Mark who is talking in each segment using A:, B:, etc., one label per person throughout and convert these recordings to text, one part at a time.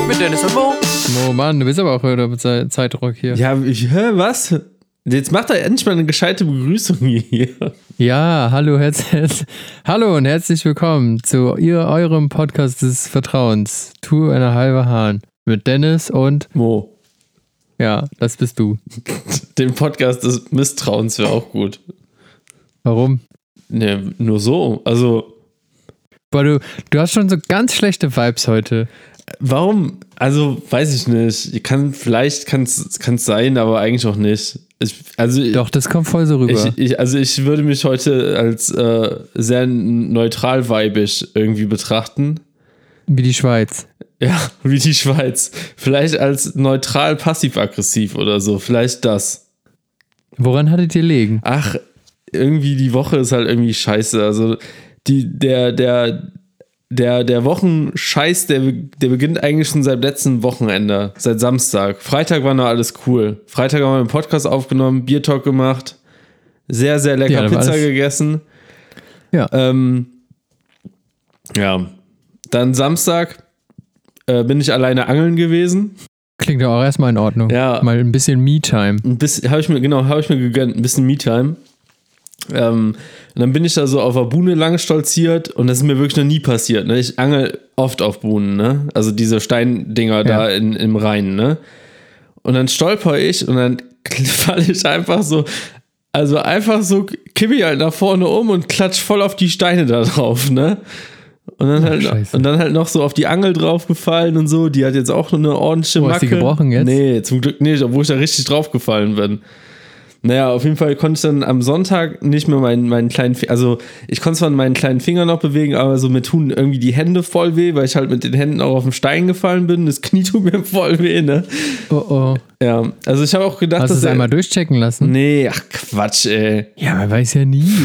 A: mit Dennis und Mo.
B: Mo, Mann, du bist aber auch heute mit Zeitdruck hier.
C: Ja, was? Jetzt macht er endlich mal eine gescheite Begrüßung hier.
B: Ja, hallo und herzlich willkommen zu eurem Podcast des Vertrauens. Tu eine halbe Hahn mit Dennis und
C: Mo.
B: Ja, das bist du.
C: Den Podcast des Misstrauens wäre auch gut.
B: Warum?
C: Ne, nur so. Also.
B: Boah, du hast schon so ganz schlechte Vibes heute.
C: Warum? Also, weiß ich nicht. Vielleicht kann es sein, aber eigentlich auch nicht.
B: Doch, das kommt voll so rüber.
C: Ich würde mich heute als sehr neutral weibig irgendwie betrachten.
B: Wie die Schweiz.
C: Ja, wie die Schweiz. Vielleicht als neutral passiv-aggressiv oder so. Vielleicht das.
B: Woran hattet ihr liegen?
C: Ach, irgendwie die Woche ist halt irgendwie scheiße. Also der Wochenscheiß, der beginnt eigentlich schon seit letztem Wochenende, seit Samstag. Freitag war noch alles cool. Freitag haben wir einen Podcast aufgenommen, Biertalk gemacht, sehr, sehr lecker Pizza gegessen.
B: Ja.
C: Ja. Dann Samstag bin ich alleine angeln gewesen.
B: Klingt ja auch erstmal in Ordnung.
C: Ja.
B: Mal ein bisschen Me-Time.
C: Habe ich mir gegönnt, ein bisschen Me-Time. Und dann bin ich da so auf der Buhne lang stolziert und das ist mir wirklich noch nie passiert. Ne? Ich angel oft auf Buhnen, ne? Also diese Steindinger da im Rhein, ne? Und dann stolper ich und dann falle ich einfach so, kippe ich halt nach vorne um und klatsch voll auf die Steine da drauf, ne? Und dann halt noch so auf die Angel draufgefallen und so. Die hat jetzt auch eine ordentliche Macke.
B: Ist die gebrochen jetzt?
C: Nee, zum Glück nicht, obwohl ich da richtig draufgefallen bin. Naja, auf jeden Fall konnte ich dann am Sonntag nicht mehr meinen kleinen Finger, also ich konnte zwar meinen kleinen Finger noch bewegen, aber so mir tun irgendwie die Hände voll weh, weil ich halt mit den Händen auch auf den Stein gefallen bin. Das Knie tut mir voll weh, ne?
B: Oh.
C: Ja, also ich habe auch gedacht,
B: hast du es einmal durchchecken lassen?
C: Nee, ach Quatsch, ey.
B: Ja, man weiß ja nie.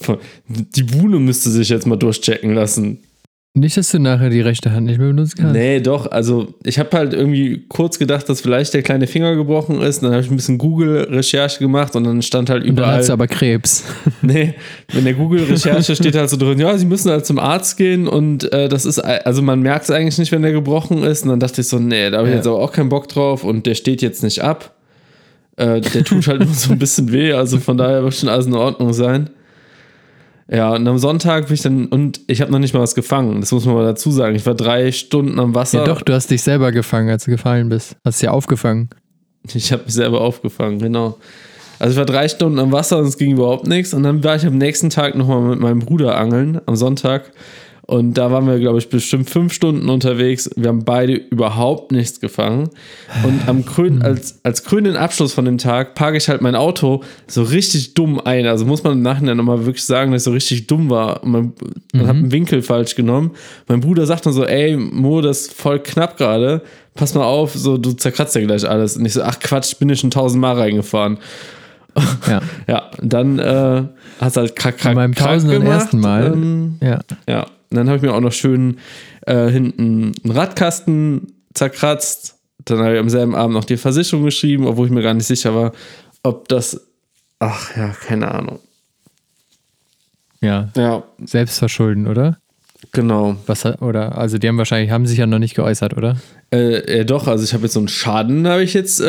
C: Die Buhne müsste sich jetzt mal durchchecken lassen.
B: Nicht, dass du nachher die rechte Hand nicht mehr benutzen kannst.
C: Nee, doch. Also ich habe halt irgendwie kurz gedacht, dass vielleicht der kleine Finger gebrochen ist. Dann habe ich ein bisschen Google-Recherche gemacht und dann stand halt überall...
B: Und dann hast du aber Krebs.
C: Nee, in der Google-Recherche steht halt so drin, ja, sie müssen halt zum Arzt gehen und das ist... Also man merkt es eigentlich nicht, wenn der gebrochen ist. Und dann dachte ich so, nee, da habe ich jetzt aber auch keinen Bock drauf und der steht jetzt nicht ab. Der tut halt nur so ein bisschen weh. Also von daher wird schon alles in Ordnung sein. Ja, und am Sonntag bin ich dann, und ich habe noch nicht mal was gefangen, das muss man mal dazu sagen. Ich war 3 Stunden am Wasser.
B: Ja doch, du hast dich selber gefangen, als du gefallen bist. Hast dich ja aufgefangen.
C: Ich habe mich selber aufgefangen, genau. Also ich war 3 Stunden am Wasser und es ging überhaupt nichts. Und dann war ich am nächsten Tag nochmal mit meinem Bruder angeln, am Sonntag. Und da waren wir, glaube ich, bestimmt 5 Stunden unterwegs. Wir haben beide überhaupt nichts gefangen. Und als krönenden Abschluss von dem Tag parke ich halt mein Auto so richtig dumm ein. Also muss man im Nachhinein nochmal wirklich sagen, dass ich so richtig dumm war. Und habe einen Winkel falsch genommen. Mein Bruder sagt dann so, ey, Mo, das ist voll knapp gerade. Pass mal auf, so du zerkratzt ja gleich alles. Und ich so, ach Quatsch, ich bin ja schon 1000 Mal reingefahren.
B: Ja.
C: Ja, dann hast du halt krank
B: Bei meinem 1001. Mal.
C: Ja. Und dann habe ich mir auch noch schön hinten einen Radkasten zerkratzt. Dann habe ich am selben Abend noch die Versicherung geschrieben, obwohl ich mir gar nicht sicher war, ob das... Ach ja, keine Ahnung.
B: Ja. Selbstverschulden, oder?
C: Genau.
B: Also die haben sich ja noch nicht geäußert, oder?
C: Doch, also ich habe jetzt so einen Schaden, habe ich jetzt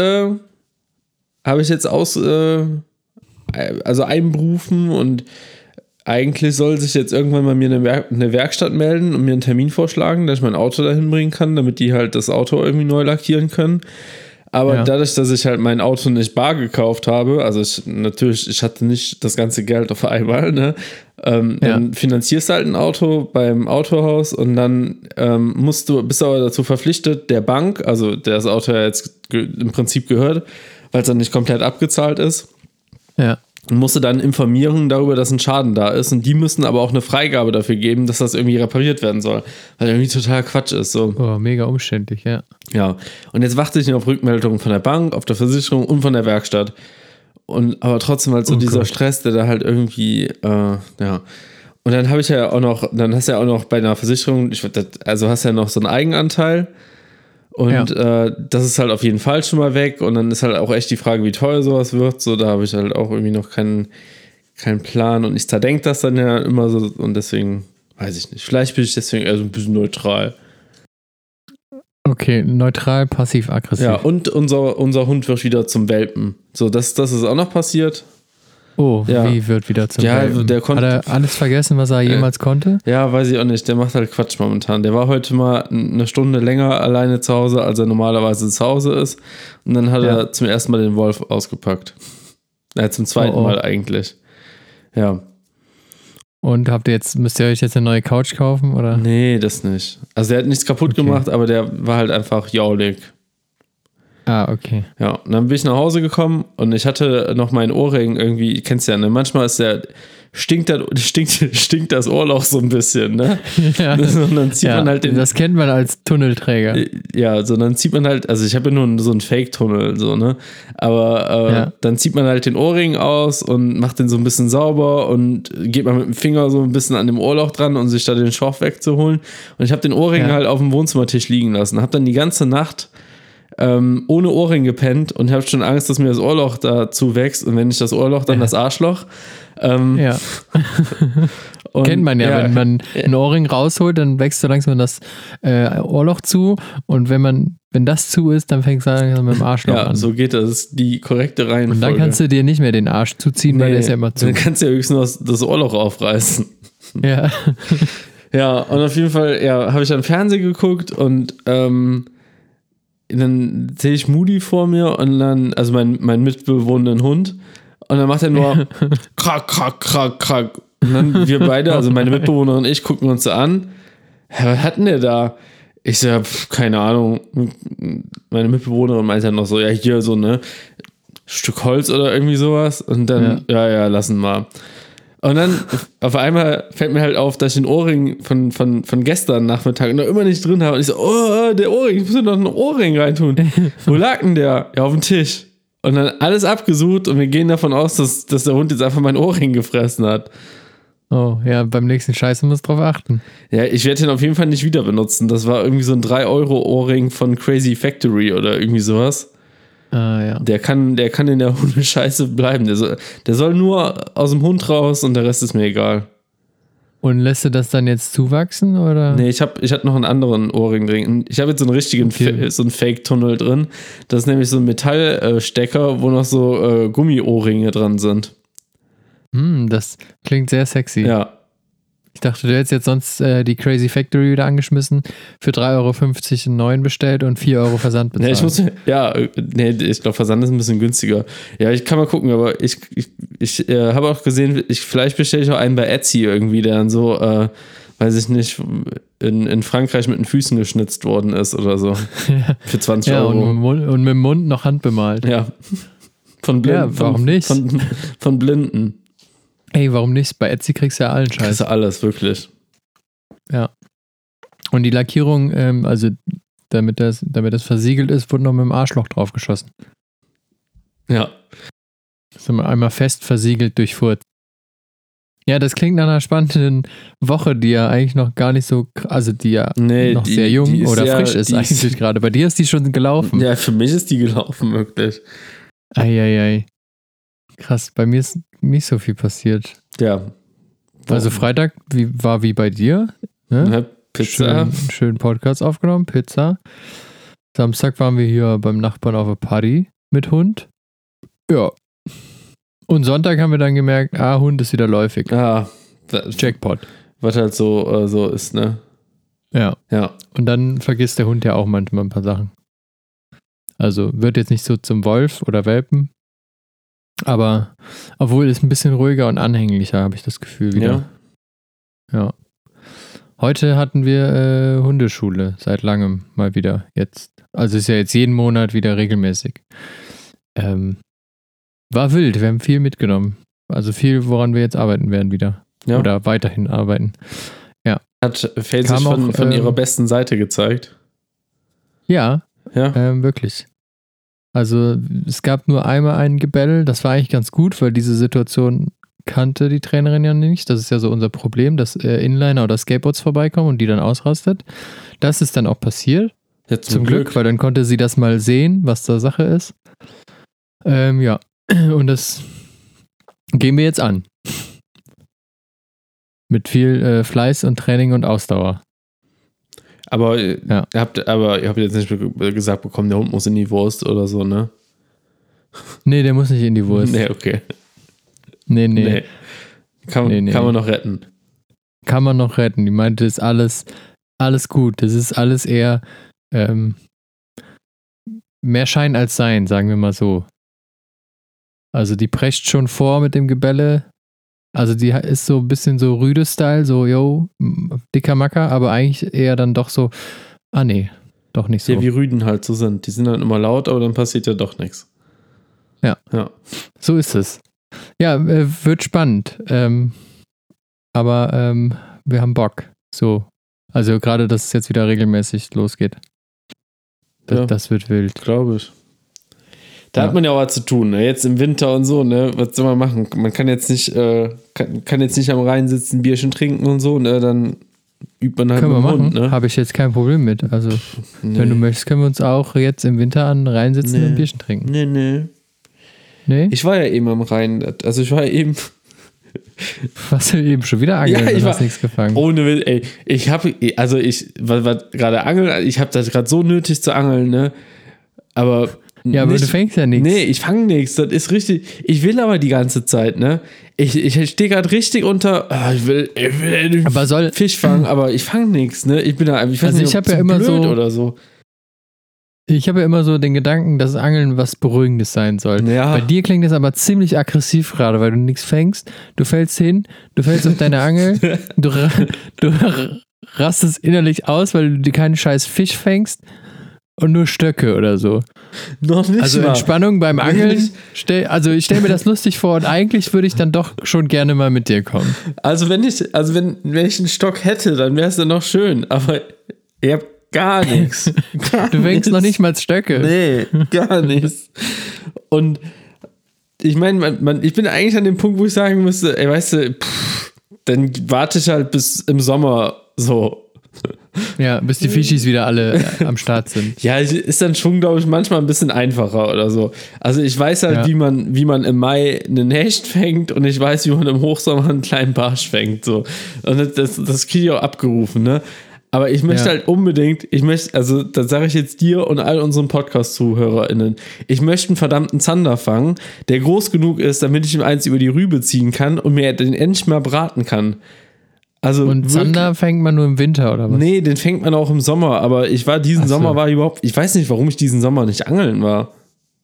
C: einberufen und eigentlich soll sich jetzt irgendwann mal mir eine Werkstatt melden und mir einen Termin vorschlagen, dass ich mein Auto dahin bringen kann, damit die halt das Auto irgendwie neu lackieren können. Aber dadurch, dass ich halt mein Auto nicht bar gekauft habe, also ich hatte nicht das ganze Geld auf einmal, ne? Dann finanzierst du halt ein Auto beim Autohaus und dann bist du aber dazu verpflichtet, der Bank, also der das Auto ja jetzt im Prinzip gehört, weil es dann nicht komplett abgezahlt ist.
B: Ja.
C: Und musste dann informieren darüber, dass ein Schaden da ist. Und die müssen aber auch eine Freigabe dafür geben, dass das irgendwie repariert werden soll. Weil irgendwie total Quatsch ist. So.
B: Oh, mega umständlich, ja.
C: Ja. Und jetzt warte ich noch auf Rückmeldungen von der Bank, auf der Versicherung und von der Werkstatt. Aber trotzdem halt so dieser Stress, der da halt irgendwie, ja. Und dann habe ich ja auch noch, dann hast du ja auch noch bei einer Versicherung, hast ja noch so einen Eigenanteil. Und das ist halt auf jeden Fall schon mal weg. Und dann ist halt auch echt die Frage, wie teuer sowas wird. So, da habe ich halt auch irgendwie noch keinen Plan. Und ich zerdenke das dann ja immer so. Und deswegen weiß ich nicht. Vielleicht bin ich deswegen eher so ein bisschen neutral.
B: Okay, neutral, passiv-aggressiv.
C: Ja, und unser Hund wird wieder zum Welpen. So, das ist auch noch passiert.
B: Oh,
C: Ja.
B: Wie wird wieder zum
C: Ja,
B: Welpen?
C: der konnte-
B: Hat er alles vergessen, was er jemals konnte?
C: Ja, weiß ich auch nicht. Der macht halt Quatsch momentan. Der war heute mal eine Stunde länger alleine zu Hause, als er normalerweise zu Hause ist. Und dann hat er zum ersten Mal den Wolf ausgepackt. Ja, zum zweiten Mal eigentlich. Ja.
B: Und müsst ihr euch jetzt eine neue Couch kaufen, oder?
C: Nee, das nicht. Also der hat nichts kaputt gemacht, aber der war halt einfach jaulig.
B: Ah, okay.
C: Ja, und dann bin ich nach Hause gekommen und ich hatte noch meinen Ohrring irgendwie, kennst du ja, ne? Manchmal ist stinkt das Ohrloch so ein bisschen, ne?
B: Ja.
C: Und dann zieht man halt
B: das kennt man als Tunnelträger.
C: Ja, so dann zieht man halt, also ich habe ja nur so einen Fake-Tunnel, so, ne? Aber dann zieht man halt den Ohrring aus und macht den so ein bisschen sauber und geht mal mit dem Finger so ein bisschen an dem Ohrloch dran, um sich da den Schorf wegzuholen. Und ich habe den Ohrring halt auf dem Wohnzimmertisch liegen lassen. Habe dann die ganze Nacht ohne Ohrring gepennt und habe schon Angst, dass mir das Ohrloch dazu wächst und wenn nicht das Ohrloch, dann das Arschloch.
B: Ja.
C: Und,
B: kennt man ja, wenn man einen Ohrring rausholt, dann wächst so langsam das Ohrloch zu und wenn das zu ist, dann fängst du langsam mit dem Arschloch an.
C: Ja, so geht das. Das ist die korrekte Reihenfolge.
B: Und dann kannst du dir nicht mehr den Arsch zuziehen, weil der ist ja immer zu.
C: Dann kannst du ja höchstens das Ohrloch aufreißen.
B: Ja.
C: Ja, und auf jeden Fall, habe ich dann Fernsehen geguckt und dann sehe ich Moody vor mir und dann, also mein mitbewohnenden Hund, und dann macht er nur krack, krack, krack, krack. Und dann wir beide, also meine Mitbewohnerin und ich, gucken uns so an. Was hat denn der da? Ich so, keine Ahnung. Meine Mitbewohnerin meinte dann noch so, ja, hier so, ne, Stück Holz oder irgendwie sowas. Und dann, ja, lassen mal. Und dann auf einmal fällt mir halt auf, dass ich den Ohrring von gestern Nachmittag noch immer nicht drin habe. Und ich so, oh, der Ohrring, ich muss ja noch einen Ohrring reintun. Wo lag denn der? Ja, auf dem Tisch. Und dann alles abgesucht und wir gehen davon aus, dass der Hund jetzt einfach meinen Ohrring gefressen hat.
B: Oh, ja, beim nächsten Scheiß muss drauf achten.
C: Ja, ich werde den auf jeden Fall nicht wieder benutzen. Das war irgendwie so ein 3-Euro-Ohrring von Crazy Factory oder irgendwie sowas.
B: Ah, ja.
C: Der kann in der Hundescheiße bleiben. Der soll nur aus dem Hund raus und der Rest ist mir egal.
B: Und lässt du das dann jetzt zuwachsen, oder?
C: Nee, ich hatte noch einen anderen Ohrring drin. Ich habe jetzt so einen richtigen, so einen Fake-Tunnel drin. Das ist nämlich so ein Metallstecker, wo noch so Gummiohrringe dran sind.
B: Das klingt sehr sexy.
C: Ja.
B: Ich dachte, du hättest jetzt sonst die Crazy Factory wieder angeschmissen, für 3,50 Euro einen neuen bestellt und 4 Euro Versand bezahlt.
C: Ich glaube, Versand ist ein bisschen günstiger. Ja, ich kann mal gucken, aber ich habe auch gesehen, vielleicht bestelle ich auch einen bei Etsy irgendwie, der dann so, weiß ich nicht, in Frankreich mit den Füßen geschnitzt worden ist oder so.
B: Ja.
C: Für 20 Euro.
B: Und mit dem Mund noch handbemalt.
C: Ja. Von Blinden.
B: Ja, warum nicht?
C: Von Blinden.
B: Ey, warum nicht? Bei Etsy kriegst du ja allen Scheiß.
C: Kriegst du alles, wirklich.
B: Ja. Und die Lackierung, also damit das versiegelt ist, wurde noch mit dem Arschloch draufgeschossen.
C: Ja.
B: Das ist einmal fest versiegelt durch Furz. Ja, das klingt nach einer spannenden Woche, die ja eigentlich noch gar nicht so, also die ja noch sehr jung oder frisch ist eigentlich gerade. Bei dir ist die schon gelaufen.
C: Ja, für mich ist die gelaufen, wirklich.
B: Eieiei. Krass, bei mir ist nicht so viel passiert.
C: Ja.
B: Also Freitag war wie bei dir. Ne?
C: Ja, Pizza.
B: Schön Podcast aufgenommen, Pizza. Samstag waren wir hier beim Nachbarn auf der Party mit Hund. Ja. Und Sonntag haben wir dann gemerkt, Hund ist wieder läufig.
C: Ah.
B: Jackpot.
C: Was halt so ist, ne?
B: Ja.
C: Ja.
B: Und dann vergisst der Hund ja auch manchmal ein paar Sachen. Also wird jetzt nicht so zum Wolf oder Welpen. Aber obwohl ist ein bisschen ruhiger und anhänglicher, habe ich das Gefühl wieder. Ja. Heute hatten wir Hundeschule seit langem mal wieder. Jetzt, also ist ja jetzt jeden Monat wieder regelmäßig. War wild, wir haben viel mitgenommen. Also viel, woran wir jetzt arbeiten werden wieder. Ja. Oder weiterhin arbeiten. Ja.
C: Hat Faye sich von ihrer besten Seite gezeigt?
B: Ja. Wirklich. Also es gab nur einmal ein Gebell, das war eigentlich ganz gut, weil diese Situation kannte die Trainerin ja nicht. Das ist ja so unser Problem, dass Inliner oder Skateboards vorbeikommen und die dann ausrastet. Das ist dann auch passiert.
C: Ja,
B: zum Glück, weil dann konnte sie das mal sehen, was da Sache ist. Ja, und das gehen wir jetzt an. Mit viel Fleiß und Training und Ausdauer.
C: Aber ihr habt jetzt nicht gesagt bekommen, der Hund muss in die Wurst oder so, ne?
B: Nee, der muss nicht in die Wurst.
C: Nee, okay.
B: Nee.
C: Kann man noch retten.
B: Kann man noch retten. Die meinte, das ist alles gut. Das ist alles eher mehr Schein als Sein, sagen wir mal so. Also die prescht schon vor mit dem Gebälle. Also die ist so ein bisschen so Rüde-Style, so, yo, dicker Macker, aber eigentlich eher dann doch so, nee, doch nicht so.
C: Ja, wie Rüden halt so sind. Die sind dann immer laut, aber dann passiert ja doch nichts.
B: Ja. So ist es. Ja, wird spannend. Aber wir haben Bock. So. Also gerade, dass es jetzt wieder regelmäßig losgeht. Das wird wild.
C: Glaube ich. Da hat man ja auch was zu tun, ne? Jetzt im Winter und so, ne? Was soll man machen? Man kann jetzt nicht, kann jetzt nicht am Rhein sitzen, Bierchen trinken und so, ne? Dann übt man halt
B: mit dem Hund,
C: ne?
B: Habe ich jetzt kein Problem mit. Also, wenn du möchtest, können wir uns auch jetzt im Winter an den Rhein sitzen und Bierchen trinken. Nee?
C: Ich war ja eben am Rhein. Also ich war ja eben...
B: Warst du eben schon wieder angeln und hast nichts gefangen?
C: Ohne Witz, ey. Ich war gerade angeln, ich habe das gerade so nötig zu angeln, ne? Aber...
B: Ja, aber du fängst ja nichts.
C: Nee, ich fange nichts. Das ist richtig. Ich will aber die ganze Zeit, ne? Ich stehe gerade richtig unter. Ich will den Fisch fangen, aber ich fange nichts, ne? Ich habe ja immer so oder so.
B: Ich habe ja immer so den Gedanken, dass Angeln was Beruhigendes sein soll.
C: Ja.
B: Bei dir klingt das aber ziemlich aggressiv gerade, weil du nichts fängst. Du fällst hin, du fällst auf deine Angel, du rastest innerlich aus, weil du keinen scheiß Fisch fängst. Und nur Stöcke oder so.
C: Noch nicht.
B: Also Entspannung beim Angeln. Ich stelle mir das lustig vor und eigentlich würde ich dann doch schon gerne mal mit dir kommen.
C: Also wenn ich einen Stock hätte, dann wäre es dann noch schön. Aber ich habe gar nichts.
B: Du fängst noch nicht mal Stöcke.
C: Nee, gar nichts. Und ich meine, ich bin eigentlich an dem Punkt, wo ich sagen müsste, ey, weißt du, dann warte ich halt bis im Sommer so.
B: Ja, bis die Fischis wieder alle am Start sind.
C: Ja, ist dann schon, glaube ich, manchmal ein bisschen einfacher oder so. Also ich weiß halt, wie man im Mai einen Hecht fängt und ich weiß, wie man im Hochsommer einen kleinen Barsch fängt. So. Und das kriege ich auch abgerufen, ne? Aber ich möchte halt unbedingt, also das sage ich jetzt dir und all unseren Podcast-ZuhörerInnen, ich möchte einen verdammten Zander fangen, der groß genug ist, damit ich ihm eins über die Rübe ziehen kann und mir den endlich mal braten kann. Also
B: und Zander fängt man nur im Winter, oder was?
C: Nee, den fängt man auch im Sommer, aber ich weiß nicht, warum ich diesen Sommer nicht angeln war.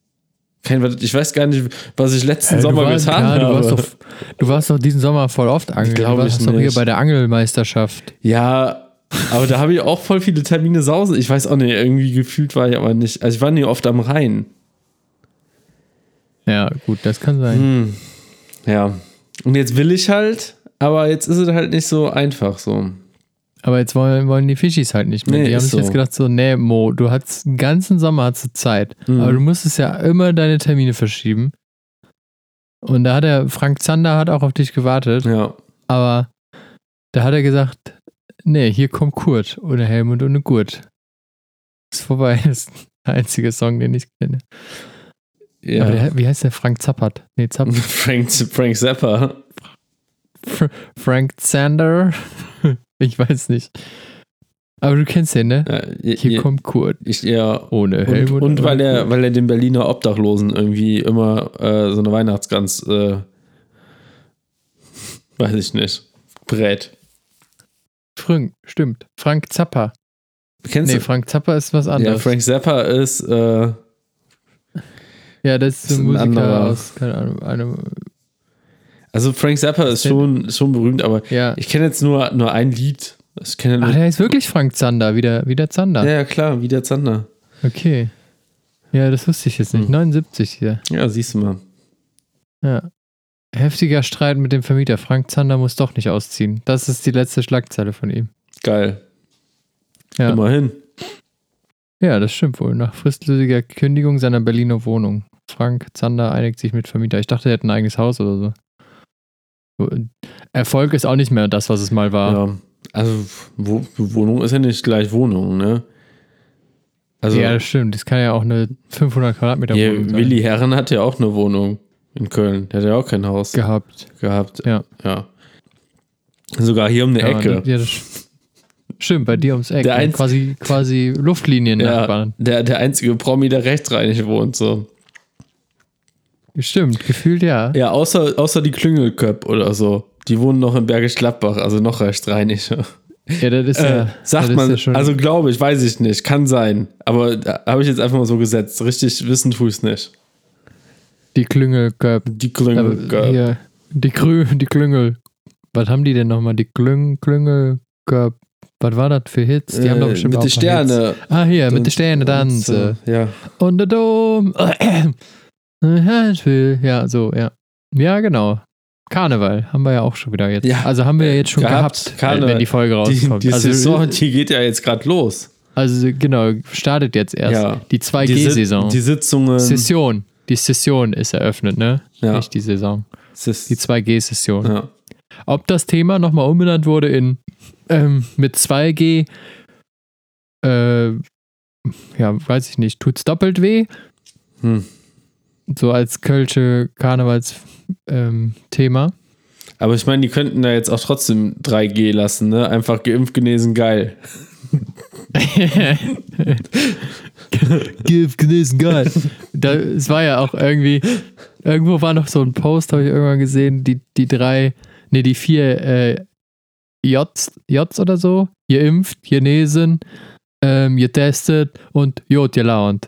C: Ich weiß gar nicht, was ich letzten Sommer getan habe.
B: Du warst doch diesen Sommer voll oft angeln. Du warst doch hier bei der Angelmeisterschaft.
C: Ja, aber da habe ich auch voll viele Termine sausen. Ich weiß auch nicht, irgendwie gefühlt war ich aber nicht. Also ich war nie oft am Rhein.
B: Ja, gut, das kann sein.
C: Ja, und jetzt will ich halt... Aber jetzt ist es halt nicht so einfach so.
B: Aber jetzt wollen die Fischis halt nicht mehr. Die haben sich jetzt gedacht so, nee, Mo, du hast den ganzen Sommer Zeit. Aber du musstest ja immer deine Termine verschieben. Und da hat der Frank Zander auch auf dich gewartet.
C: Ja.
B: Aber da hat er gesagt, nee, hier kommt Kurt. Ohne Helmut und ohne Gurt. Ist vorbei. Das ist der einzige Song, den ich kenne. Ja. Wie heißt der? Frank Zappert? Nee, Zappert.
C: Frank Zappa.
B: Frank Zander? Ich weiß nicht. Aber du kennst den, ne? Hier kommt Kurt. Ohne Helmut.
C: Und weil er den Berliner Obdachlosen irgendwie immer so eine Weihnachtsgans, weiß ich nicht, brät.
B: Stimmt. Frank Zappa.
C: Kennst du?
B: Frank Zappa ist was anderes.
C: Ja, Frank Zappa ist
B: ja, das ist ein Musiker aus, keine Ahnung,
C: also Frank Zappa ist schon berühmt, aber ich kenne jetzt nur ein Lied.
B: Der ist wirklich Frank Zander, wie der Zander.
C: Ja, klar, wie der Zander.
B: Okay. Ja, das wusste ich jetzt nicht. 79 hier.
C: Ja, siehst du mal.
B: Ja. Heftiger Streit mit dem Vermieter. Frank Zander muss doch nicht ausziehen. Das ist die letzte Schlagzeile von ihm.
C: Geil.
B: Ja.
C: Immerhin.
B: Ja, das stimmt wohl. Nach fristlosiger Kündigung seiner Berliner Wohnung. Frank Zander einigt sich mit Vermieter. Ich dachte, er hätte ein eigenes Haus oder so. Erfolg ist auch nicht mehr das, was es mal war.
C: Ja, also Wohnung ist ja nicht gleich Wohnung, ne? Also,
B: ja, das stimmt. Das kann ja auch eine 500 Quadratmeter Wohnung sein.
C: Willi Herren hat ja auch eine Wohnung in Köln. Der hat ja auch kein Haus.
B: Gehabt.
C: Ja. Sogar hier um eine Ecke.
B: Stimmt, bei dir ums Eck.
C: Der
B: Ne? Quasi Luftlinien-Nachbarn.
C: Ja, der einzige Promi, der rechtsrheinig wohnt, so.
B: Stimmt, gefühlt ja.
C: Ja, außer die Klüngelköpp oder so. Die wohnen noch in Bergisch Gladbach, also noch rechtsrheinig.
B: Ja, das ist ja.
C: Sagt
B: das
C: man,
B: ist ja schon,
C: also glaube ich, weiß ich nicht, kann sein. Aber da habe ich jetzt einfach mal so gesetzt. Richtig wissen tue ich es nicht.
B: die Klüngelköp.
C: Die Klüngelköpp.
B: Hier, die Klüngel. Was haben die denn nochmal? Die Klüngelköp. Was war das für Hits? Die haben doch bestimmt
C: mit
B: auch
C: den
B: ein paar
C: Sterne.
B: Hits. Ah, hier, mit den Sterne tanze.
C: Ja.
B: Und der Dom. Ja, so, ja. Ja, genau. Karneval haben wir ja auch schon wieder jetzt.
C: Ja,
B: also haben wir ja jetzt schon gehabt, wenn die Folge rauskommt.
C: Die
B: also,
C: Saison, die geht ja jetzt gerade los.
B: Also genau, startet jetzt erst.
C: Ja.
B: Die 2G-Saison.
C: Die Sitzungen.
B: Session. Die Session ist eröffnet, ne?
C: Ja.
B: Nicht die Saison. Die 2G-Session.
C: Ja.
B: Ob das Thema nochmal umbenannt wurde in mit 2G, ja, weiß ich nicht, tut's doppelt weh? So als Kölsche Karnevals-Thema.
C: Aber ich meine, die könnten da jetzt auch trotzdem 3G lassen, ne? Einfach geimpft, genesen, geil.
B: Geimpft, genesen, geil. Es war ja auch irgendwo war noch so ein Post, habe ich irgendwann gesehen, die 4 Js oder so. Geimpft, genesen, getestet und Jod gelaunt.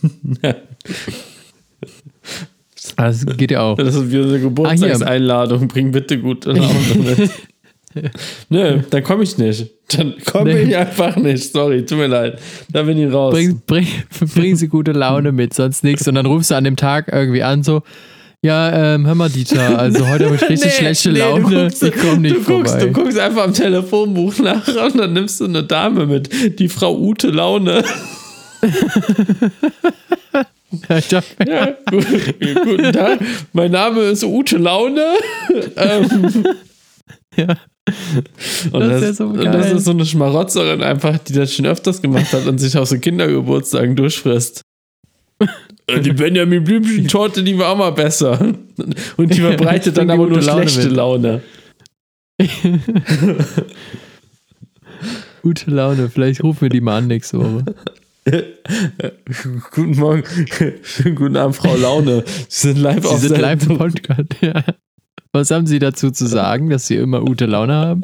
B: Das geht ja auch.
C: Das ist wie eine Geburtstagseinladung. Bring bitte gute Laune mit. Nö, dann komme ich nicht. Dann komme ich einfach nicht. Sorry, tut mir leid. Da bin ich raus.
B: Bring sie gute Laune mit, sonst nichts. Und dann rufst du an dem Tag irgendwie an, so, ja, hör mal, Dieter, also heute habe ich richtig schlechte Laune. Ich komme nicht vorbei.
C: Du guckst einfach am Telefonbuch nach und dann nimmst du eine Dame mit. Die Frau Ute Laune. Ja, guten Tag. Mein Name ist Ute Laune.
B: Ja.
C: Und das ist so eine Schmarotzerin einfach, die das schon öfters gemacht hat und sich auf so Kindergeburtstagen durchfrisst. Die Benjamin Blümchen-Torte, die war auch mal besser. Und die verbreitet dann aber nur schlechte Laune.
B: Gute Laune, vielleicht rufen wir die mal an nächste Woche.
C: Guten Morgen, schönen guten Abend, Frau Laune. Sie sind live
B: im Podcast. Ja. Was haben Sie dazu zu sagen, dass Sie immer gute Laune haben?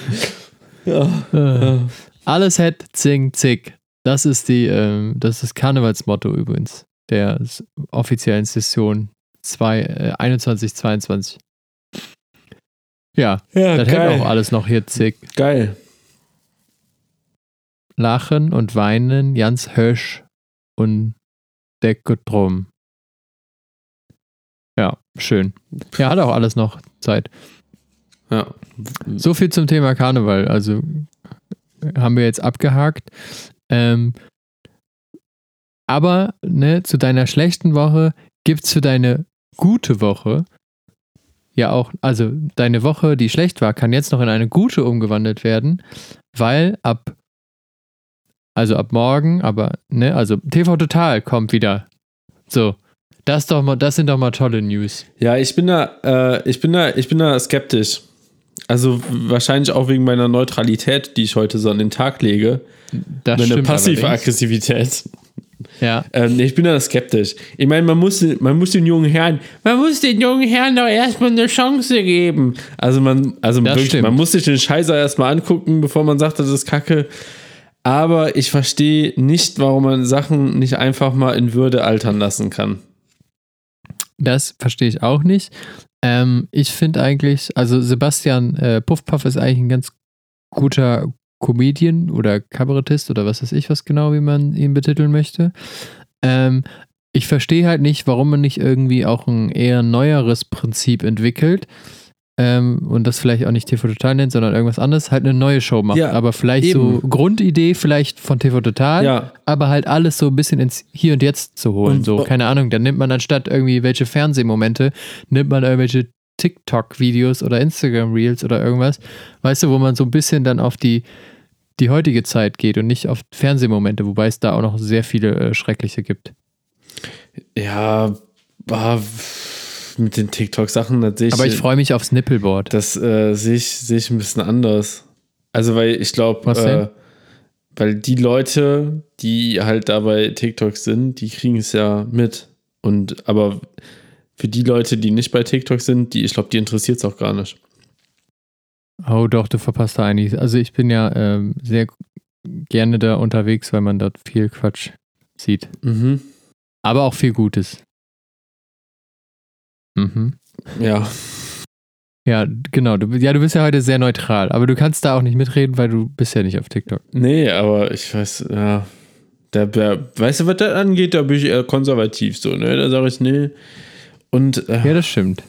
C: Ja.
B: Alles het, zing, zick. Das ist das Karnevalsmotto übrigens der offiziellen Session 21/22. Ja, das hält auch alles noch hier zick.
C: Geil.
B: Lachen und weinen, ganz hösch und Decke drum. Ja, schön. Ja, hat auch alles noch Zeit.
C: Ja.
B: So viel zum Thema Karneval. Also haben wir jetzt abgehakt. Aber zu deiner schlechten Woche gibt es für deine gute Woche ja auch, also deine Woche, die schlecht war, kann jetzt noch in eine gute umgewandelt werden, weil ab morgen, also TV Total kommt wieder. So, das sind doch mal tolle News.
C: Ja, ich bin da skeptisch. Also wahrscheinlich auch wegen meiner Neutralität, die ich heute so an den Tag lege. Meine passive Aggressivität.
B: Ja.
C: Ich bin da skeptisch. Ich meine, man muss den jungen Herren doch erstmal eine Chance geben. Also man muss sich den Scheißer erstmal angucken, bevor man sagt, das ist Kacke. Aber ich verstehe nicht, warum man Sachen nicht einfach mal in Würde altern lassen kann.
B: Das verstehe ich auch nicht. Ich finde eigentlich, also Sebastian Puffpaff ist eigentlich ein ganz guter Comedian oder Kabarettist oder was weiß ich was genau, wie man ihn betiteln möchte. Ich verstehe halt nicht, warum man nicht irgendwie auch ein eher neueres Prinzip entwickelt und das vielleicht auch nicht TV Total nennt, sondern irgendwas anderes, halt eine neue Show macht. Ja, aber vielleicht eben. So Grundidee vielleicht von TV Total, aber halt alles so ein bisschen ins Hier und Jetzt zu holen. Und, so, keine Ahnung, dann nimmt man anstatt irgendwie welche Fernsehmomente, nimmt man irgendwelche TikTok-Videos oder Instagram-Reels oder irgendwas, weißt du, wo man so ein bisschen dann auf die heutige Zeit geht und nicht auf Fernsehmomente, wobei es da auch noch sehr viele schreckliche gibt.
C: Ja, mit den TikTok-Sachen, das sehe ich.
B: Aber ich freue mich aufs Nippelboard.
C: Das sehe ich ein bisschen anders. Also, weil ich glaube, weil die Leute, die halt da bei TikTok sind, die kriegen es ja mit. Aber für die Leute, die nicht bei TikTok sind, ich glaube, die interessiert es auch gar nicht.
B: Oh doch, du verpasst da einiges. Also ich bin ja sehr gerne da unterwegs, weil man dort viel Quatsch sieht.
C: Mhm.
B: Aber auch viel Gutes. Mhm.
C: Ja.
B: Ja, genau. Du bist ja heute sehr neutral, aber du kannst da auch nicht mitreden, weil du bist ja nicht auf TikTok.
C: Nee, aber ich weiß, ja. Weißt du, was das angeht, da bin ich eher konservativ so, ne? Da sage ich, nee. Und,
B: ja, das stimmt.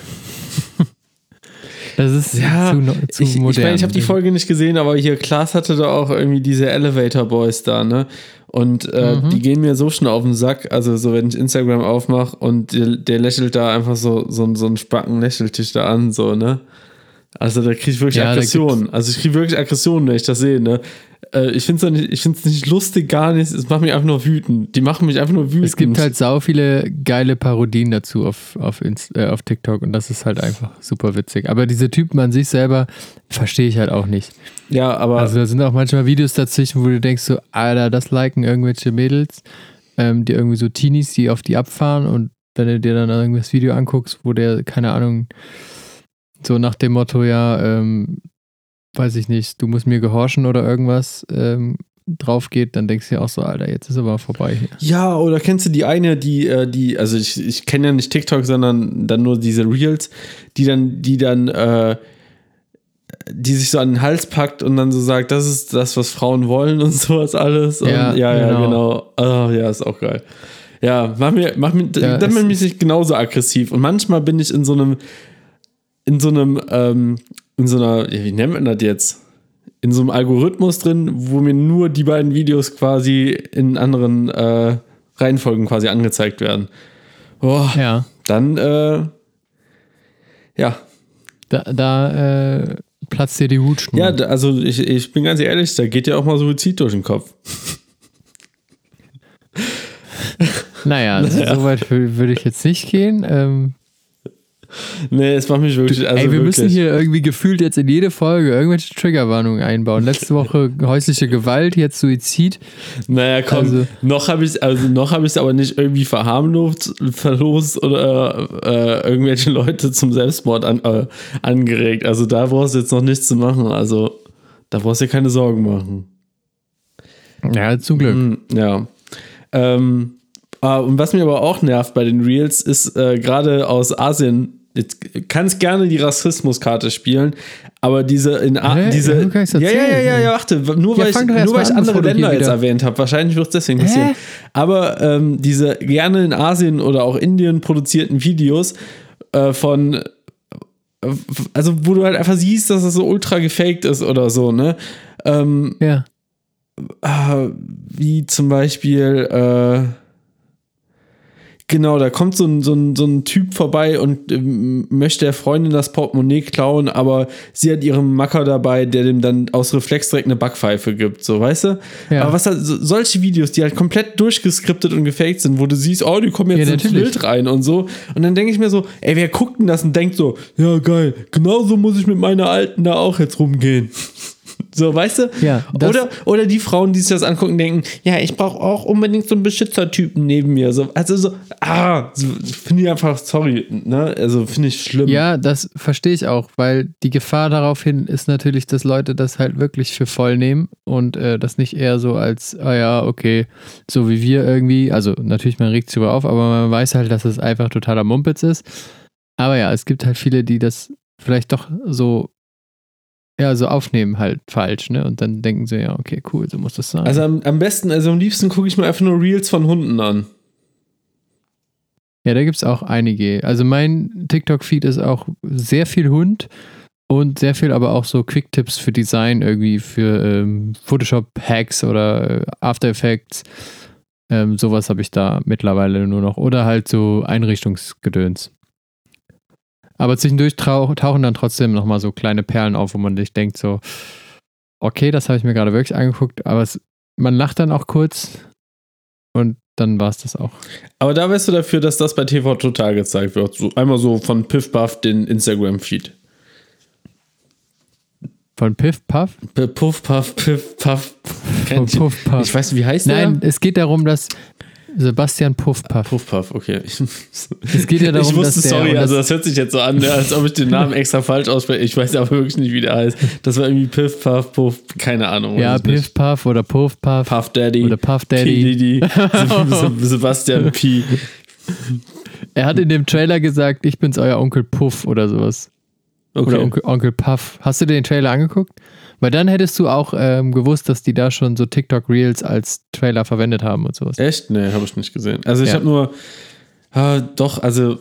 B: Das ist
C: ja,
B: zu modern.
C: Ich meine, ich habe die Folge nicht gesehen, aber hier Klaas hatte da auch irgendwie diese Elevator Boys da, ne? Und die gehen mir so schnell auf den Sack, also so, wenn ich Instagram aufmache und der lächelt da einfach so einen Spacken lächelt dich da an, so, ne? Also da kriege ich wirklich Aggression. Also ich kriege wirklich Aggression, wenn ich das sehe, ne? Ich finde es nicht lustig, gar nicht. Es macht mich einfach nur wütend. Die machen mich einfach nur wütend.
B: Es gibt halt sau viele geile Parodien dazu auf TikTok und das ist halt einfach super witzig. Aber diese Typen an sich selber verstehe ich halt auch nicht.
C: Ja, aber...
B: Also da sind auch manchmal Videos dazwischen, wo du denkst so, Alter, das liken irgendwelche Mädels, die irgendwie so Teenies, die auf die abfahren und wenn du dir dann irgendwas Video anguckst, wo der, keine Ahnung, so nach dem Motto, ja, weiß ich nicht, du musst mir gehorchen oder irgendwas drauf geht, dann denkst du dir auch so, Alter, jetzt ist aber vorbei hier.
C: Ja, oder kennst du die eine, die also ich kenne ja nicht TikTok, sondern dann nur diese Reels, die sich so an den Hals packt und dann so sagt, das ist das, was Frauen wollen und sowas alles. Und
B: ja,
C: genau. Oh, ja, ist auch geil. Ja, dann bin ich genauso aggressiv. Und manchmal bin ich in so einer, wie nennt man das jetzt? In so einem Algorithmus drin, wo mir nur die beiden Videos quasi in anderen Reihenfolgen quasi angezeigt werden. Oh,
B: ja.
C: Dann, ja.
B: Da platzt dir die Hutschnur.
C: Ja, also ich bin ganz ehrlich, da geht ja auch mal Suizid durch den Kopf.
B: Naja, so weit würde ich jetzt nicht gehen.
C: Nee, es macht mich wirklich...
B: wir müssen hier irgendwie gefühlt jetzt in jede Folge irgendwelche Triggerwarnungen einbauen. Letzte Woche häusliche Gewalt, jetzt Suizid.
C: Naja, komm, also, noch habe ich es aber nicht irgendwie verlost oder irgendwelche Leute zum Selbstmord angeregt. Also da brauchst du jetzt noch nichts zu machen. Also da brauchst du dir keine Sorgen machen.
B: Ja, zum Glück.
C: Ja. Und was mir aber auch nervt bei den Reels ist gerade aus Asien. Jetzt kannst gerne die Rassismuskarte spielen, aber warte, nur weil ich andere Länder jetzt erwähnt habe, wahrscheinlich wird es deswegen passieren. Aber diese gerne in Asien oder auch Indien produzierten Videos also wo du halt einfach siehst, dass das so ultra gefaked ist oder so, ne? Wie zum Beispiel genau, da kommt so ein Typ vorbei und möchte der Freundin das Portemonnaie klauen, aber sie hat ihren Macker dabei, der dem dann aus Reflex direkt eine Backpfeife gibt, so, weißt du? Ja. Aber was halt, solche Videos, die halt komplett durchgeskriptet und gefaked sind, wo du siehst, oh, die kommen jetzt ins Bild rein und so. Und dann denke ich mir so, ey, wer guckt denn das und denkt so, ja, geil, genauso muss ich mit meiner Alten da auch jetzt rumgehen. So, weißt du?
B: Ja,
C: oder die Frauen, die sich das angucken, denken, ja, ich brauche auch unbedingt so einen Beschützertypen neben mir. So, finde ich einfach, sorry, ne? Also finde ich schlimm.
B: Ja, das verstehe ich auch, weil die Gefahr daraufhin ist natürlich, dass Leute das halt wirklich für voll nehmen und das nicht eher so als, okay, so wie wir irgendwie, also natürlich, man regt sich darüber auf, aber man weiß halt, dass es einfach totaler Mumpitz ist. Aber ja, es gibt halt viele, die das vielleicht doch so aufnehmen halt falsch, ne? Und dann denken sie, ja, okay, cool, so muss das sein.
C: Also am liebsten gucke ich mir einfach nur Reels von Hunden an.
B: Ja, da gibt es auch einige. Also mein TikTok-Feed ist auch sehr viel Hund und sehr viel aber auch so Quick-Tipps für Design, irgendwie für Photoshop-Hacks oder After Effects. Sowas habe ich da mittlerweile nur noch. Oder halt so Einrichtungsgedöns. Aber zwischendurch tauchen dann trotzdem nochmal so kleine Perlen auf, wo man sich denkt so, okay, das habe ich mir gerade wirklich angeguckt, aber man lacht dann auch kurz und dann war es das auch.
C: Aber da wärst du dafür, dass das bei TV Total gezeigt wird. So, einmal so von Piff Puff den Instagram-Feed.
B: Von Piff Puff?
C: Puff Puff, Piff Puff.
B: Von Puff Puff.
C: Ich weiß nicht, wie heißt der?
B: Nein, es geht darum, dass Sebastian Puff Puff.
C: Puff Puff, okay.
B: Es geht ja darum,
C: ich wusste,
B: dass der...
C: sorry, also das hört sich jetzt so an, als ob ich den Namen extra falsch ausspreche. Ich weiß aber wirklich nicht, wie der heißt. Das war irgendwie Piff Puff, Puff, keine Ahnung.
B: Ja, Piff Puff oder Puff Puff.
C: Puff Daddy.
B: Oder Puff Daddy.
C: P. Diddy. Sebastian P.
B: Er hat in dem Trailer gesagt, ich bin's euer Onkel Puff oder sowas.
C: Okay.
B: Oder Onkel Puff. Hast du dir den Trailer angeguckt? Weil dann hättest du auch gewusst, dass die da schon so TikTok Reels als Trailer verwendet haben und sowas.
C: Echt? Nee, habe ich nicht gesehen. Also ich habe nur, doch, also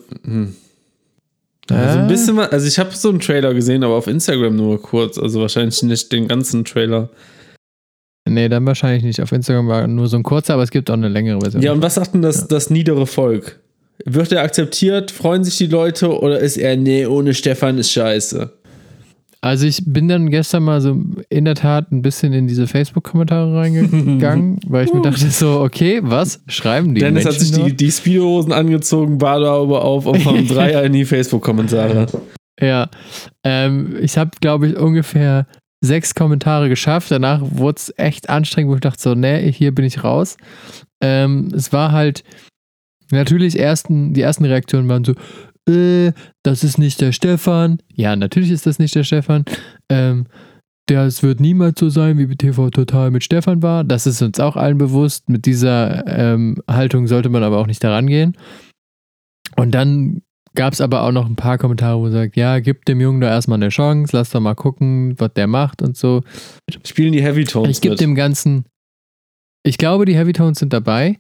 C: ein bisschen was, also ich habe so einen Trailer gesehen, aber auf Instagram nur kurz, also wahrscheinlich nicht den ganzen Trailer.
B: Nee, dann wahrscheinlich nicht. Auf Instagram war nur so ein kurzer, aber es gibt auch eine längere Version.
C: Ja, und was sagt denn das niedere Volk? Wird er akzeptiert? Freuen sich die Leute? Oder ist er, nee, ohne Stefan ist scheiße?
B: Also ich bin dann gestern mal so in der Tat ein bisschen in diese Facebook-Kommentare reingegangen, weil ich mir dachte so, okay, was schreiben die
C: Dennis
B: Menschen
C: hat sich die Speedohosen angezogen, Badehaube auf und vom Dreier in die Facebook-Kommentare.
B: Ja, ich habe, glaube ich, ungefähr 6 Kommentare geschafft. Danach wurde es echt anstrengend, wo ich dachte so, nee, hier bin ich raus. Es war halt natürlich die ersten Reaktionen waren so, das ist nicht der Stefan. Ja, natürlich ist das nicht der Stefan. Es wird niemals so sein, wie TV Total mit Stefan war. Das ist uns auch allen bewusst. Mit dieser Haltung sollte man aber auch nicht daran gehen. Und dann gab es aber auch noch ein paar Kommentare, wo man sagt, ja, gib dem Jungen doch erstmal eine Chance, lass doch mal gucken, was der macht und so.
C: Spielen die Heavy Tones
B: Ich gebe dem Ganzen, ich glaube, die Heavy Tones sind dabei.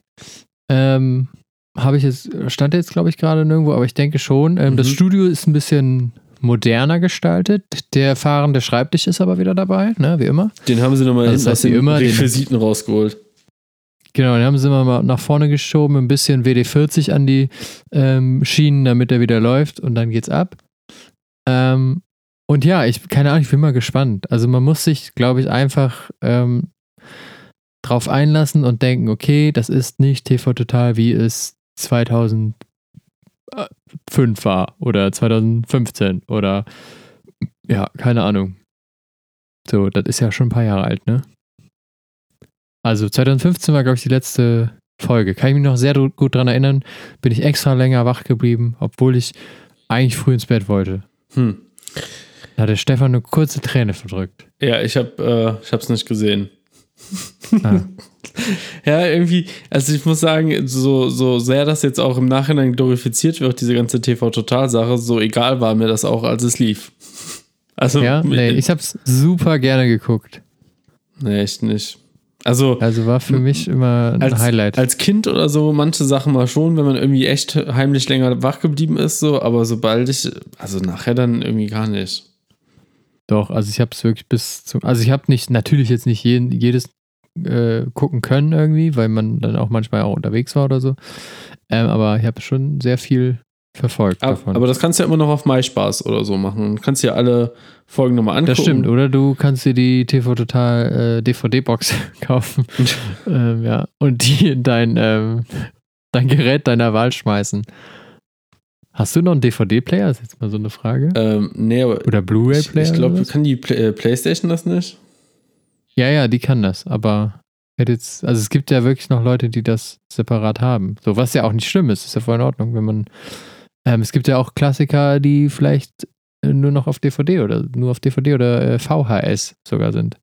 B: Stand jetzt, glaube ich, gerade nirgendwo, aber ich denke schon. Das Studio ist ein bisschen moderner gestaltet. Der fahrende Schreibtisch ist aber wieder dabei, ne, wie immer.
C: Den haben sie nochmal
B: also
C: aus den Requisiten rausgeholt.
B: Genau, den haben sie mal nach vorne geschoben, ein bisschen WD-40 an die Schienen, damit er wieder läuft und dann geht's ab. Und ja, keine Ahnung, ich bin mal gespannt. Also man muss sich, glaube ich, einfach drauf einlassen und denken, okay, das ist nicht TV Total, wie es 2005 war oder 2015 oder ja, keine Ahnung. So, das ist ja schon ein paar Jahre alt, ne? Also 2015 war, glaube ich, die letzte Folge. Kann ich mich noch sehr gut dran erinnern. Bin ich extra länger wach geblieben, obwohl ich eigentlich früh ins Bett wollte. Da hat der Stefan eine kurze Träne verdrückt.
C: Ja, ich hab's nicht gesehen. Ja, irgendwie, also ich muss sagen, so sehr das jetzt auch im Nachhinein glorifiziert wird, diese ganze TV-Total-Sache, so egal war mir das auch, als es lief. Also,
B: ja, nee, ich hab's super gerne geguckt.
C: Nee, echt nicht. Also
B: war für mich immer ein Highlight.
C: Als Kind oder so, manche Sachen mal schon, wenn man irgendwie echt heimlich länger wach geblieben ist, so, aber sobald also nachher dann irgendwie gar nicht.
B: Doch, also ich hab's wirklich also ich habe natürlich jetzt nicht jedes gucken können irgendwie, weil man dann auch manchmal auch unterwegs war oder so. Aber ich habe schon sehr viel verfolgt davon.
C: Aber das kannst du ja immer noch auf MySpaß oder so machen. Du kannst ja alle Folgen nochmal angucken.
B: Das stimmt, oder du kannst dir die TV Total DVD-Box kaufen ja, und die in dein Gerät deiner Wahl schmeißen. Hast du noch einen DVD-Player? Das ist jetzt mal so eine Frage.
C: Nee, aber
B: oder Blu-ray-Player?
C: Ich glaube, kann die PlayStation das nicht?
B: Ja, die kann das, aber also es gibt ja wirklich noch Leute, die das separat haben. So, was ja auch nicht schlimm ist ja voll in Ordnung, wenn man es gibt ja auch Klassiker, die vielleicht nur noch auf DVD oder VHS sogar sind.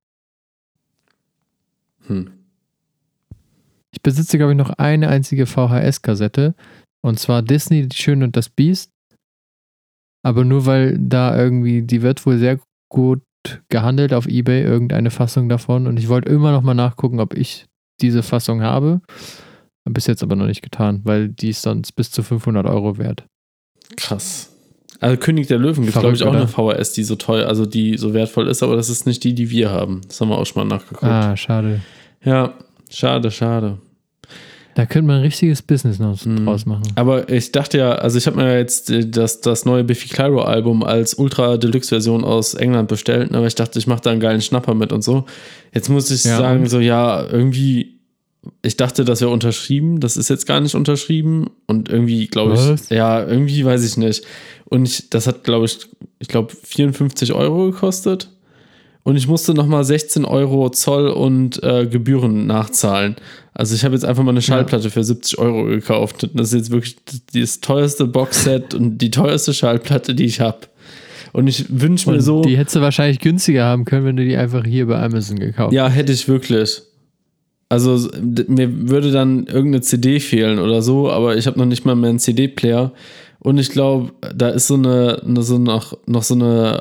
B: Ich besitze, glaube ich, noch eine einzige VHS-Kassette und zwar Disney, Die Schöne und das Biest, aber nur weil da irgendwie, die wird wohl sehr gut gehandelt auf eBay, irgendeine Fassung davon und ich wollte immer noch mal nachgucken, ob ich diese Fassung habe. Bis jetzt aber noch nicht getan, weil die ist sonst bis zu 500 € wert.
C: Krass. Also König der Löwen gibt, glaube ich, auch eine VHS, die so teuer, also die so wertvoll ist, aber das ist nicht die wir haben. Das haben wir auch schon mal nachgeguckt.
B: Ah, schade.
C: Ja, schade.
B: Da könnte man ein richtiges Business noch draus machen.
C: Aber ich dachte ja, also ich habe mir jetzt das neue Biffy Clyro Album als Ultra-Deluxe-Version aus England bestellt, aber ich dachte, ich mache da einen geilen Schnapper mit und so. Jetzt muss ich sagen, so ja, irgendwie, ich dachte, das wäre unterschrieben, das ist jetzt gar nicht unterschrieben und irgendwie, glaube ich, ja, irgendwie weiß ich nicht. Und das hat, glaube ich 54 € gekostet. und ich musste nochmal 16 Euro Zoll und Gebühren nachzahlen. Also ich habe jetzt einfach mal eine Schallplatte für 70 Euro gekauft. Das ist jetzt wirklich das teuerste Boxset und die teuerste Schallplatte, die ich habe. Und ich wünsche mir so...
B: Die hättest du wahrscheinlich günstiger haben können, wenn du die einfach hier bei Amazon gekauft hättest.
C: Ja, hätte ich wirklich. Also mir würde dann irgendeine CD fehlen oder so, aber ich habe noch nicht mal mehr einen CD-Player. Und ich glaube, da ist noch so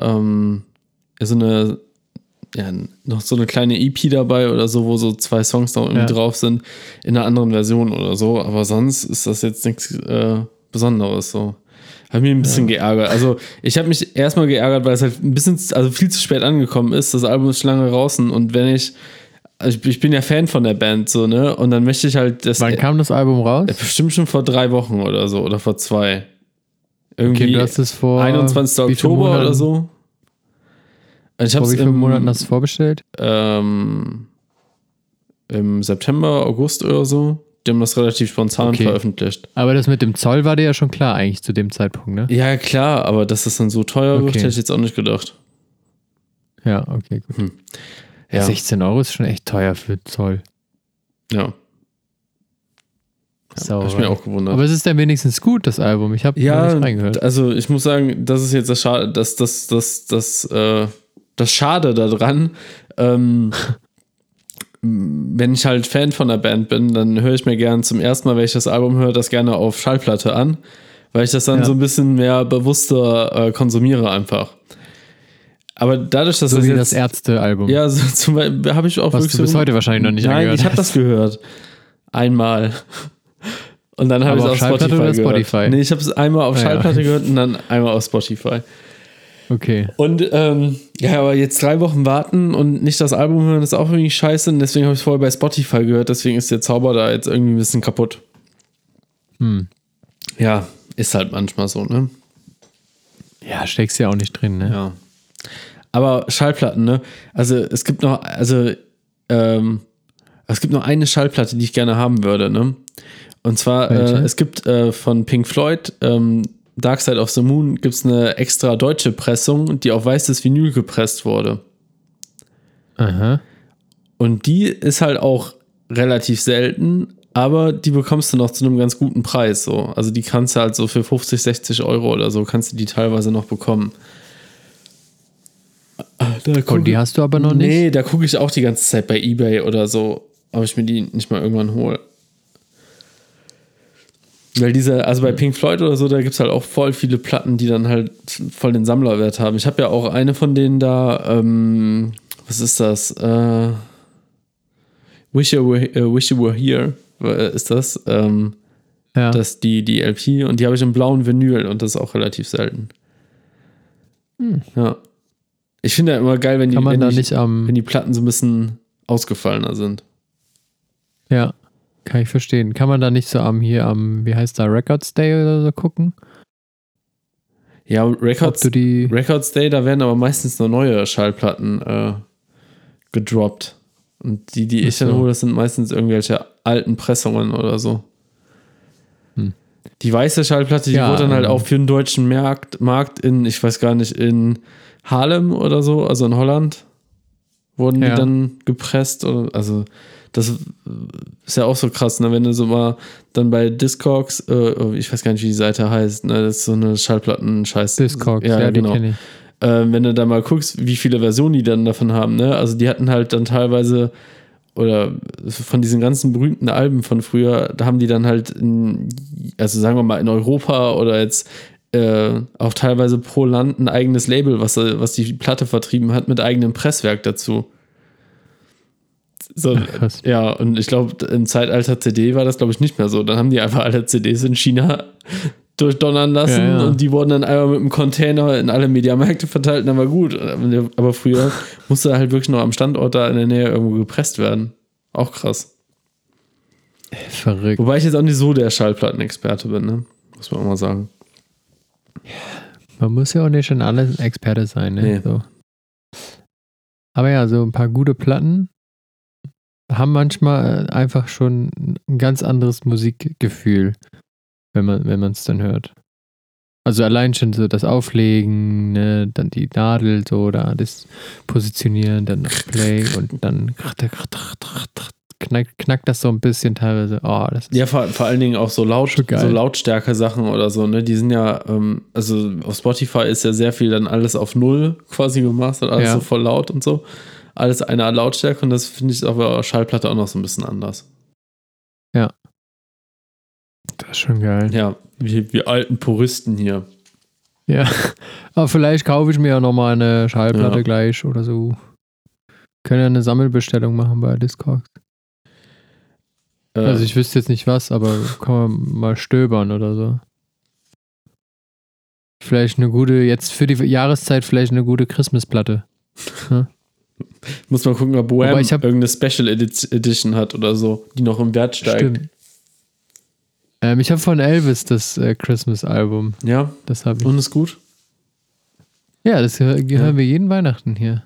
C: eine kleine EP dabei oder so, wo so 2 Songs noch irgendwie drauf sind, in einer anderen Version oder so. Aber sonst ist das jetzt nichts Besonderes so. Hat mich ein bisschen geärgert. Also ich habe mich erstmal geärgert, weil es halt ein bisschen, also viel zu spät angekommen ist. Das Album ist schon lange draußen und ich bin ja Fan von der Band, so, ne? Und dann möchte ich halt das.
B: Wann kam das Album raus?
C: Bestimmt schon vor 3 Wochen oder so, oder vor 2. Irgendwie
B: du hast es vor
C: 21. Oktober oder so. Und ich
B: vor wie vielen Monaten hast du es vorbestellt?
C: Im September, August oder so. Die haben das relativ spontan veröffentlicht.
B: Aber das mit dem Zoll war dir ja schon klar eigentlich zu dem Zeitpunkt, ne?
C: Ja, klar, aber dass das dann so teuer wird, hätte ich jetzt auch nicht gedacht.
B: Ja, okay, gut. Ja. 16 Euro ist schon echt teuer für Zoll.
C: Ja. Habe ich mir auch gewundert.
B: Aber es ist dann wenigstens gut, das Album. Ich habe nicht reingehört.
C: Also ich muss sagen, das ist jetzt das Schade daran. Wenn ich halt Fan von der Band bin, dann höre ich mir gerne zum ersten Mal, wenn ich das Album höre, das gerne auf Schallplatte an, weil ich das dann so ein bisschen mehr bewusster konsumiere einfach. Aber dadurch, dass
B: so
C: das
B: wie
C: jetzt,
B: das Ärzte-Album.
C: Ja, so zum Beispiel habe ich auch
B: was
C: wirklich
B: du bis heute wahrscheinlich noch nicht angehört
C: hast. Nein, ich habe das gehört. Einmal. Und dann habe ich es auf Spotify gehört.
B: Spotify?
C: Nee, ich habe es einmal auf Schallplatte gehört und dann einmal auf Spotify.
B: Okay.
C: Und aber jetzt 3 Wochen warten und nicht das Album hören, ist auch irgendwie scheiße. Und deswegen habe ich es vorher bei Spotify gehört. Deswegen ist der Zauber da jetzt irgendwie ein bisschen kaputt. Ja, ist halt manchmal so, ne?
B: Ja, steckst ja auch nicht drin, ne?
C: Ja. Aber Schallplatten, ne? Also es gibt noch eine Schallplatte, die ich gerne haben würde, ne? Und zwar, es gibt von Pink Floyd, Dark Side of the Moon, gibt es eine extra deutsche Pressung, die auf weißes Vinyl gepresst wurde.
B: Aha.
C: Und die ist halt auch relativ selten, aber die bekommst du noch zu einem ganz guten Preis. So. Also die kannst du halt so für 50, 60 Euro oder so, kannst du die teilweise noch bekommen.
B: Und die hast du aber noch nicht?
C: Nee, da gucke ich auch die ganze Zeit bei eBay oder so, ob ich mir die nicht mal irgendwann hole. Weil also bei Pink Floyd oder so, da gibt es halt auch voll viele Platten, die dann halt voll den Sammlerwert haben. Ich habe ja auch eine von denen da, was ist das? Wish You Were Here ist das. Das ist die LP und die habe ich im blauen Vinyl und das ist auch relativ selten. Ja. Ich finde ja immer geil, wenn die Platten so ein bisschen ausgefallener sind.
B: Ja. Kann ich verstehen. Kann man da nicht so wie heißt da, Records Day oder so gucken?
C: Ja, Records Day, da werden aber meistens nur neue Schallplatten gedroppt. Und die ich dann hole, das sind meistens irgendwelche alten Pressungen oder so. Die weiße Schallplatte, die wurde dann halt auch für den deutschen Markt in, ich weiß gar nicht, in Haarlem oder so, also in Holland, wurden die dann gepresst. Also das ist ja auch so krass, ne? Wenn du so mal dann bei Discogs, ich weiß gar nicht, wie die Seite heißt, ne? Das ist so eine Schallplatten-Scheiß.
B: Discogs, ja, genau. Die kenne ich.
C: Wenn du da mal guckst, wie viele Versionen die dann davon haben, ne? Also die hatten halt dann teilweise, oder von diesen ganzen berühmten Alben von früher, da haben die dann halt, also sagen wir mal in Europa oder jetzt auch teilweise pro Land ein eigenes Label, was die Platte vertrieben hat, mit eigenem Presswerk dazu. So,
B: krass.
C: Ja, und ich glaube, im Zeitalter CD war das, glaube ich, nicht mehr so. Dann haben die einfach alle CDs in China durchdonnern lassen und die wurden dann einmal mit einem Container in alle Mediamärkte verteilt und dann war gut. Aber früher musste halt wirklich noch am Standort da in der Nähe irgendwo gepresst werden. Auch krass.
B: Verrückt.
C: Wobei ich jetzt auch nicht so der Schallplattenexperte bin, ne? Muss man auch mal sagen.
B: Man muss ja auch nicht in alles Experte sein, ne?
C: Nee.
B: So. Aber ja, so ein paar gute Platten haben manchmal einfach schon ein ganz anderes Musikgefühl, wenn man es dann hört. Also allein schon so das Auflegen, ne, dann die Nadel so da, das Positionieren, dann noch Play und dann knackt das so ein bisschen teilweise. Oh, das ist
C: ja, vor allen Dingen auch so Lautstärke-Sachen oder so, ne? Die sind ja, also auf Spotify ist ja sehr viel dann alles auf Null quasi gemastert, alles so voll laut und so. Alles eine Lautstärke und das finde ich auf der Schallplatte auch noch so ein bisschen anders.
B: Ja. Das ist schon geil.
C: Ja, wir alten Puristen hier.
B: Ja, aber vielleicht kaufe ich mir ja nochmal eine Schallplatte gleich oder so. Können ja eine Sammelbestellung machen bei Discogs. Also ich wüsste jetzt nicht was, aber kann man mal stöbern oder so. Vielleicht eine gute, jetzt für die Jahreszeit vielleicht eine gute Christmas-Platte. Hm?
C: Muss mal gucken, ob Wham irgendeine Special Edition hat oder so, die noch im Wert steigt.
B: Stimmt. Ich habe von Elvis das Christmas-Album.
C: Ja,
B: das habe ich.
C: Und ist gut?
B: Ja, das hören wir jeden Weihnachten hier.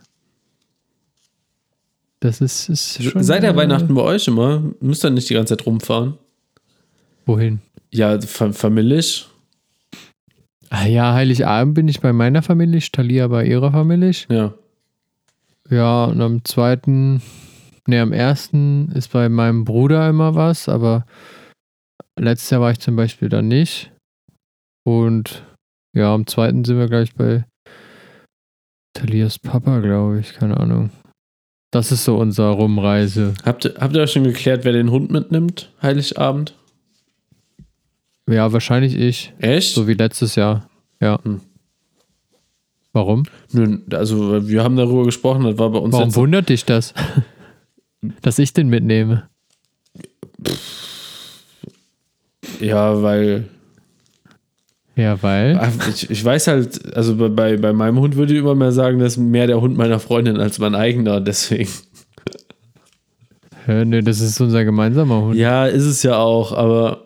B: Das ist schon...
C: Seid ihr Weihnachten bei euch immer? Müsst ihr nicht die ganze Zeit rumfahren?
B: Wohin?
C: Ja, familisch.
B: Ja, Heiligabend bin ich bei meiner Familie, Thalia bei ihrer Familie.
C: Ja.
B: Ja, und am 1. ist bei meinem Bruder immer was, aber letztes Jahr war ich zum Beispiel da nicht. Und ja, am 2. sind wir gleich bei Thalias Papa, glaube ich, keine Ahnung. Das ist so unsere Rumreise.
C: Habt ihr schon geklärt, wer den Hund mitnimmt, Heiligabend?
B: Ja, wahrscheinlich ich.
C: Echt?
B: So wie letztes Jahr. Ja. Warum?
C: Nö, also wir haben darüber gesprochen, das war bei uns.
B: Warum wundert dich das? Dass ich den mitnehme?
C: Ja, weil.
B: Ja, weil?
C: Ich weiß halt, also bei meinem Hund würde ich immer mehr sagen, das ist mehr der Hund meiner Freundin als mein eigener, deswegen.
B: Nö, das ist unser gemeinsamer Hund.
C: Ja, ist es ja auch, aber.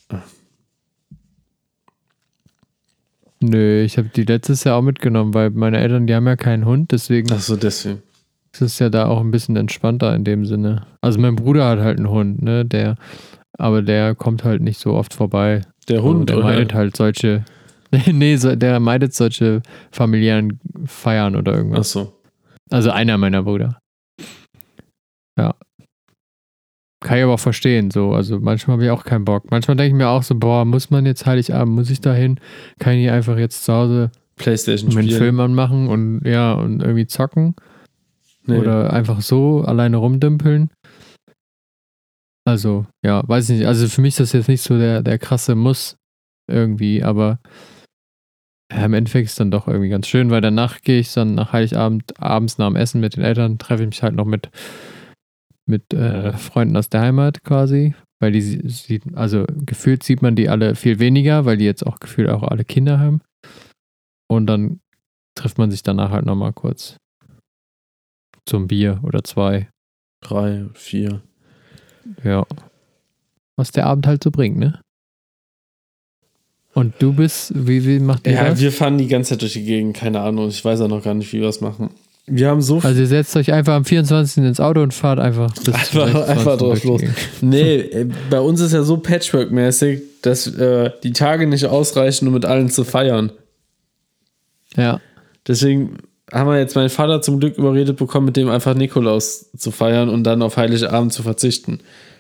B: Nö, ich habe die letztes Jahr auch mitgenommen, weil meine Eltern, die haben ja keinen Hund, deswegen.
C: Ach so, deswegen.
B: Es ist ja da auch ein bisschen entspannter in dem Sinne. Also mein Bruder hat halt einen Hund, ne, aber der kommt halt nicht so oft vorbei.
C: Der Hund,
B: der meidet halt solche, der meidet solche familiären Feiern oder irgendwas.
C: Ach so.
B: Also einer meiner Brüder. Ja. Kann ich aber auch verstehen, so. Also manchmal habe ich auch keinen Bock. Manchmal denke ich mir auch so, boah, muss man jetzt Heiligabend, muss ich da hin? Kann ich einfach jetzt zu Hause
C: PlayStation
B: einen Film anmachen und irgendwie zocken? Nee. Oder einfach so alleine rumdümpeln? Also, ja, weiß ich nicht. Also für mich ist das jetzt nicht so der krasse Muss irgendwie, aber im Endeffekt ist es dann doch irgendwie ganz schön, weil danach gehe ich dann nach Heiligabend abends nach dem Essen mit den Eltern, treffe ich mich halt noch mit Freunden aus der Heimat quasi, weil also gefühlt sieht man die alle viel weniger, weil die jetzt auch gefühlt auch alle Kinder haben. Und dann trifft man sich danach halt nochmal kurz zum Bier oder 2.
C: 3, 4.
B: Ja. Was der Abend halt so bringt, ne? Und du bist, wie macht ihr das?
C: Ja, wir fahren die ganze Zeit durch die Gegend, keine Ahnung. Ich weiß auch noch gar nicht, wie wir das machen. Wir haben so viel.
B: Also ihr setzt euch einfach am 24. ins Auto und fahrt einfach
C: einfach drauf los. Nee, bei uns ist ja so Patchwork-mäßig, dass die Tage nicht ausreichen, um mit allen zu feiern.
B: Ja.
C: Deswegen haben wir jetzt meinen Vater zum Glück überredet bekommen, mit dem einfach Nikolaus zu feiern und dann auf Heiligabend zu verzichten.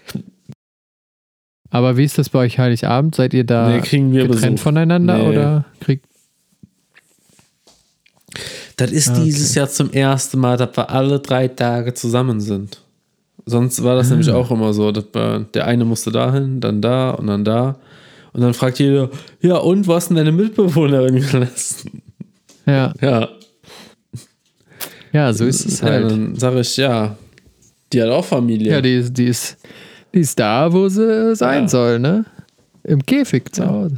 B: Aber wie ist das bei euch Heiligabend? Seid ihr da
C: kriegen wir
B: getrennt
C: Besuch
B: voneinander oder
C: Das ist dieses Jahr zum ersten Mal, dass wir alle 3 Tage zusammen sind. Sonst war das nämlich auch immer so, dass der eine musste dahin, dann da und dann da. Und dann fragt jeder, ja und, wo hast denn deine Mitbewohnerin gelassen?
B: Ja.
C: Ja.
B: Ja, so ist es halt.
C: Dann sage ich, ja, die hat auch Familie.
B: Ja, die ist da, wo sie sein soll, ne? Im Käfig zu Hause.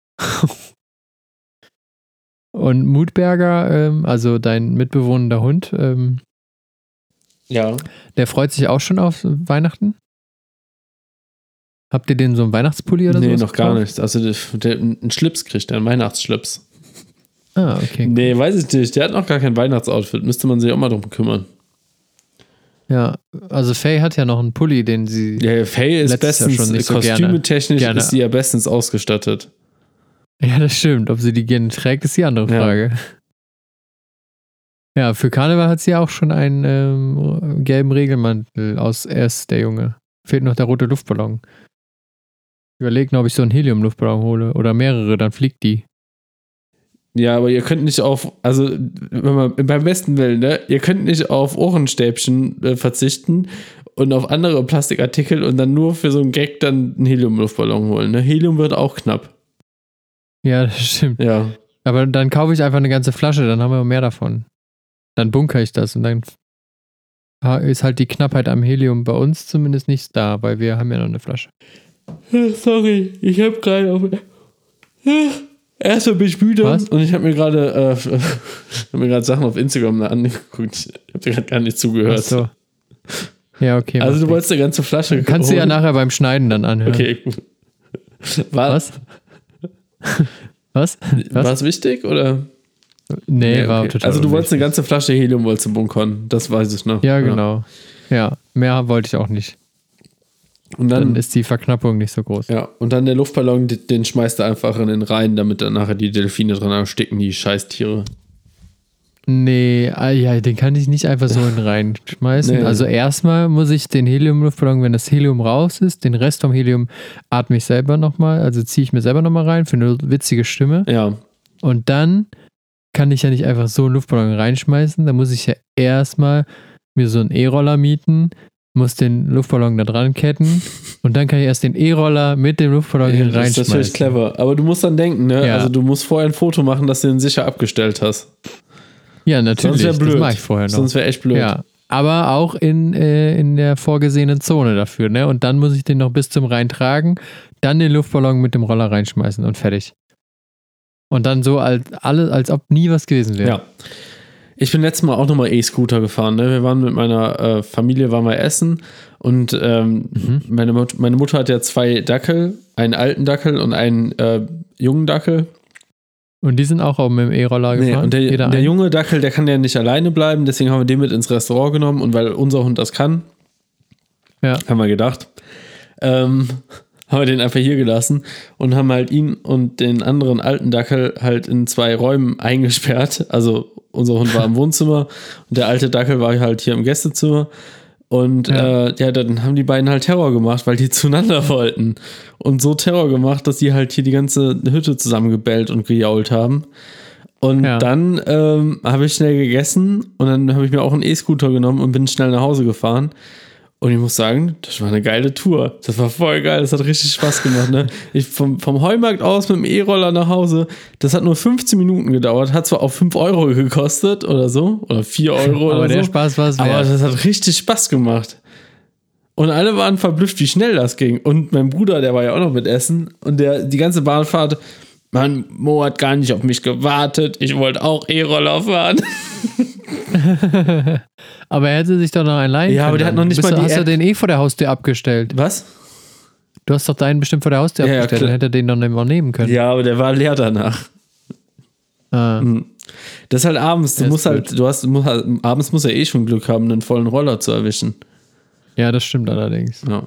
B: Und Mutberger, also dein mitbewohnender Hund,
C: ja.
B: Der freut sich auch schon auf Weihnachten? Habt ihr den so einen Weihnachtspulli oder so?
C: Nee, noch gar nichts. Also einen Schlips kriegt er, einen Weihnachtschlips.
B: Ah, okay. Cool.
C: Nee, weiß ich nicht. Der hat noch gar kein Weihnachtsoutfit. Müsste man sich auch mal drum kümmern.
B: Ja, also Faye hat ja noch einen Pulli, den sie.
C: Ja, Faye ist bestens,
B: schon nicht so
C: kostümetechnisch
B: gerne.
C: ist sie ja bestens ausgestattet.
B: Ja, das stimmt. Ob sie die gerne trägt, ist die andere Frage. Ja, für Karneval hat sie auch schon einen gelben Regelmantel aus S, der Junge. Fehlt noch der rote Luftballon. Überlegen, ob ich so einen Helium-Luftballon hole oder mehrere, dann fliegt die.
C: Ja, aber ihr könnt nicht also wenn man beim besten Willen, ne, ihr könnt nicht auf Ohrenstäbchen verzichten und auf andere Plastikartikel und dann nur für so einen Gag dann einen Helium-Luftballon holen. Ne? Helium wird auch knapp.
B: Ja, das stimmt.
C: Ja.
B: Aber dann kaufe ich einfach eine ganze Flasche, dann haben wir mehr davon. Dann bunkere ich das und dann ist halt die Knappheit am Helium bei uns zumindest nicht da, weil wir haben ja noch eine Flasche.
C: Sorry, ich habe gerade erstmal bin ich müde.
B: Was?
C: Und ich habe mir gerade Sachen auf Instagram angeguckt. Ich habe dir gerade gar nicht zugehört.
B: Ach so. Ja, okay.
C: Also du wolltest eine ganze Flasche.
B: Kannst du ja nachher beim Schneiden dann anhören.
C: Okay, gut.
B: Was? Was?
C: War es wichtig oder?
B: Nee,
C: ja,
B: war
C: okay.
B: total
C: Also du wolltest eine
B: unwichtig.
C: ganze Flasche Helium wolltest du bunkern. Das weiß ich noch.
B: Ja, genau. Ja, mehr wollte ich auch nicht.
C: Und
B: dann ist die Verknappung nicht so groß.
C: Ja, und dann der Luftballon, den schmeißt du einfach in den Rhein, damit dann nachher die Delfine dran ersticken, die Scheißtiere.
B: Nee, ja, den kann ich nicht einfach so in den Rhein schmeißen.
C: Nee.
B: Also erstmal muss ich den Helium-Luftballon, wenn das Helium raus ist, den Rest vom Helium atme ich selber nochmal, also ziehe ich mir selber nochmal rein für eine witzige Stimme.
C: Ja.
B: Und dann kann ich ja nicht einfach so einen Luftballon reinschmeißen, da muss ich ja erstmal mir so einen E-Roller mieten, muss den Luftballon da dran ketten und dann kann ich erst den E-Roller mit dem Luftballon hier reinschmeißen.
C: Das ist natürlich clever. Aber du musst dann denken, ne?
B: Ja.
C: Also du musst vorher ein Foto machen, dass du den sicher abgestellt hast.
B: Ja, natürlich.
C: Sonst wäre blöd.
B: Das mache ich vorher noch.
C: Sonst wäre echt blöd.
B: Ja, aber auch in der vorgesehenen Zone dafür, ne? Und dann muss ich den noch bis zum Rhein tragen, dann den Luftballon mit dem Roller reinschmeißen und fertig. Und dann so als ob nie was gewesen wäre.
C: Ja. Ich bin letztes Mal auch nochmal E-Scooter gefahren. Ne? Wir waren mit meiner Familie, waren wir essen und meine Mutter hat ja 2 Dackel, einen alten Dackel und einen jungen Dackel.
B: Und die sind auch mit dem E-Roller gefahren?
C: Nee, und der junge Dackel, der kann ja nicht alleine bleiben, deswegen haben wir den mit ins Restaurant genommen und weil unser Hund das kann, haben wir gedacht, haben wir den einfach hier gelassen und haben halt ihn und den anderen alten Dackel halt in 2 Räumen eingesperrt. Also unser Hund war im Wohnzimmer und der alte Dackel war halt hier im Gästezimmer. Und dann haben die beiden halt Terror gemacht, weil die zueinander wollten. Und so Terror gemacht, dass die halt hier die ganze Hütte zusammengebellt und gejault haben. Und dann habe ich schnell gegessen und dann habe ich mir auch einen E-Scooter genommen und bin schnell nach Hause gefahren. Und ich muss sagen, das war eine geile Tour. Das war voll geil, das hat richtig Spaß gemacht. Ne? Ich vom Heumarkt aus mit dem E-Roller nach Hause, das hat nur 15 Minuten gedauert, hat zwar auch 5 Euro gekostet oder so, oder 4 Euro oder so.
B: Aber der Spaß war es wert.
C: Aber das hat richtig Spaß gemacht. Und alle waren verblüfft, wie schnell das ging. Und mein Bruder, der war ja auch noch mit Essen und die ganze Bahnfahrt, Mann, Mo hat gar nicht auf mich gewartet, ich wollte auch E-Roller fahren.
B: Aber er hätte sich doch noch einen leihen können.
C: Ja, aber der hat noch nicht mal die
B: Hast du
C: App.
B: den vor der Haustür abgestellt?
C: Was?
B: Du hast doch deinen bestimmt vor der Haustür abgestellt, dann hätte er den doch nicht mal nehmen können.
C: Ja, aber der war leer danach.
B: Ah.
C: Das ist halt abends, abends muss er eh schon Glück haben, einen vollen Roller zu erwischen.
B: Ja, das stimmt allerdings.
C: Ja.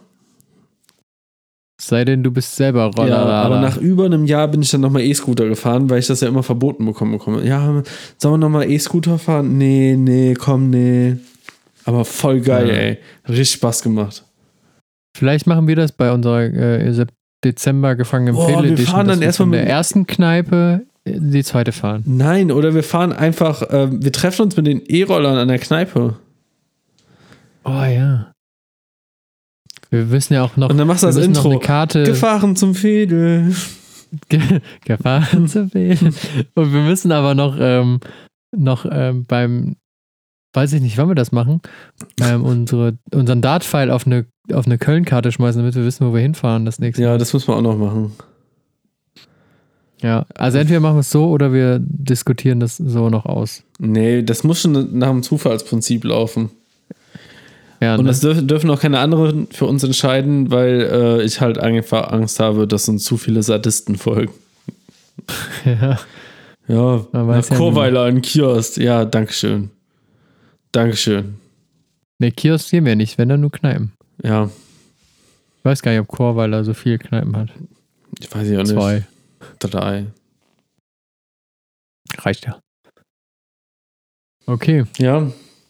B: Sei denn, du bist selber Roller.
C: Ja, aber nach über einem Jahr bin ich dann nochmal E-Scooter gefahren, weil ich das ja immer verboten bekomme. Ja, sollen wir nochmal E-Scooter fahren? Nee. Aber voll geil, ey. Hat richtig Spaß gemacht.
B: Vielleicht machen wir das bei unserer Dezember gefangenen Fail Edition.
C: Wir fahren dann erstmal
B: mit der ersten Kneipe die zweite fahren.
C: Nein, oder wir fahren einfach, wir treffen uns mit den E-Rollern an der Kneipe.
B: Oh ja. Wir wissen ja auch noch.
C: Und dann machst du das Intro.
B: Noch eine Karte.
C: Gefahren zum Fädel.
B: Gefahren zum Fädel. Und wir müssen aber noch beim, weiß ich nicht, wann wir das machen, unseren Dart-File auf eine Köln-Karte schmeißen, damit wir wissen, wo wir hinfahren das nächste Mal.
C: Ja, das müssen wir auch noch machen.
B: Ja, also entweder machen wir es so oder wir diskutieren das so noch aus.
C: Nee, das muss schon nach dem Zufallsprinzip laufen.
B: Ja,
C: und das dürfen auch keine anderen für uns entscheiden, weil ich halt einfach Angst habe, dass uns zu viele Sadisten folgen.
B: Ja.
C: Ja, nach Chorweiler in Kiosk. Ja, dankeschön.
B: Ne, Kiosk gehen wir nicht, wenn dann nur Kneipen.
C: Ja.
B: Ich weiß gar nicht, ob Chorweiler so viele Kneipen hat.
C: Ich weiß ja auch nicht.
B: 2.
C: 3.
B: reicht ja. Okay.
C: Ja.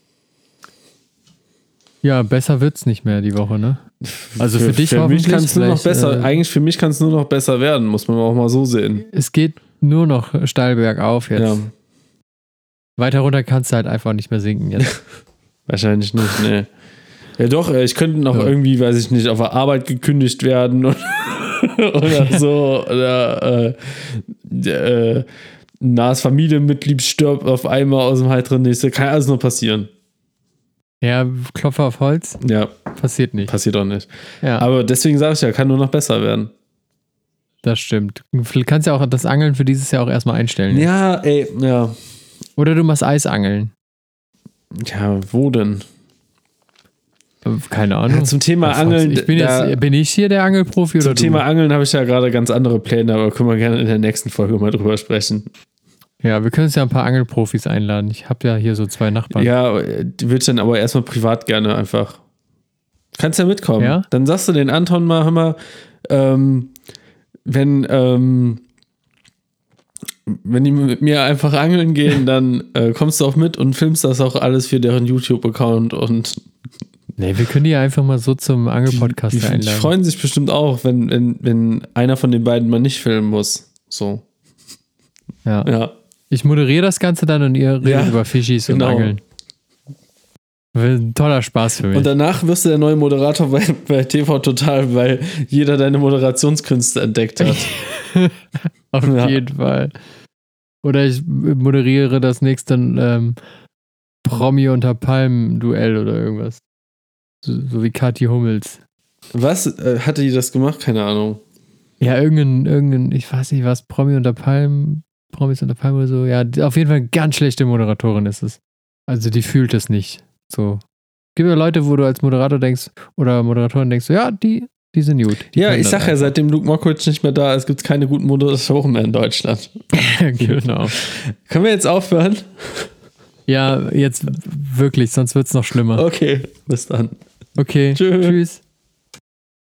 B: Ja, besser wird's nicht mehr die Woche, ne? Also für dich
C: für mich kann es nur noch
B: vielleicht,
C: besser. Eigentlich für mich kann es nur noch besser werden, muss man auch mal so sehen.
B: Es geht nur noch steil bergauf jetzt.
C: Ja.
B: Weiter runter kannst du halt einfach nicht mehr sinken jetzt.
C: Wahrscheinlich nicht, ne. Ja doch, ich könnte noch irgendwie, weiß ich nicht, auf der Arbeit gekündigt werden oder so. Oder ein nahes Familienmitglied stirbt auf einmal aus dem heiteren Nichts. Kann alles noch passieren.
B: Ja, Klopfer auf Holz.
C: Ja.
B: Passiert nicht.
C: Passiert auch nicht.
B: Ja.
C: Aber deswegen sage ich ja, kann nur noch besser werden.
B: Das stimmt. Du kannst ja auch das Angeln für dieses Jahr auch erstmal einstellen.
C: Ja, ey, ja.
B: Oder du machst Eisangeln.
C: Ja, wo denn?
B: Keine Ahnung.
C: Ja, zum Thema Angeln.
B: Bin ich hier der Angelprofi oder
C: du? Zum Thema Angeln habe ich ja gerade ganz andere Pläne, aber können wir gerne in der nächsten Folge mal drüber sprechen.
B: Ja, wir können uns ja ein paar Angelprofis einladen. Ich habe ja hier so 2 Nachbarn.
C: Ja, die würde ich dann aber erstmal privat gerne einfach. Kannst ja mitkommen.
B: Ja?
C: Dann sagst du den Anton mal, hör mal, wenn die mit mir einfach angeln gehen, dann kommst du auch mit und filmst das auch alles für deren YouTube-Account und
B: nee, wir können die einfach mal so zum Angelpodcast einladen.
C: Die freuen sich bestimmt auch, wenn einer von den beiden mal nicht filmen muss. So.
B: Ja. Ich moderiere das Ganze dann und ihr redet über Fischis und Angeln. Ein toller Spaß für mich.
C: Und danach wirst du der neue Moderator bei TV Total, weil jeder deine Moderationskünste entdeckt hat.
B: Auf jeden Fall. Oder ich moderiere das nächste Promi unter Palmen-Duell oder irgendwas. So wie Kathi Hummels.
C: Was? Hatte die das gemacht? Keine Ahnung.
B: Ja, irgendein, ich weiß nicht was, Promis unter Palmen oder so. Ja, auf jeden Fall eine ganz schlechte Moderatorin ist es. Also die fühlt es nicht. So. Gibt ja Leute, wo du als Moderator denkst oder Moderatorin denkst, ja, die sind gut.
C: Ja, ich sag ja, seitdem Luke Mockridge nicht mehr da ist, gibt es keine guten Moderatoren mehr in Deutschland.
B: Genau.
C: Können wir jetzt aufhören?
B: Ja, jetzt wirklich, sonst wird es noch schlimmer.
C: Okay, bis dann.
B: Okay, tschüss.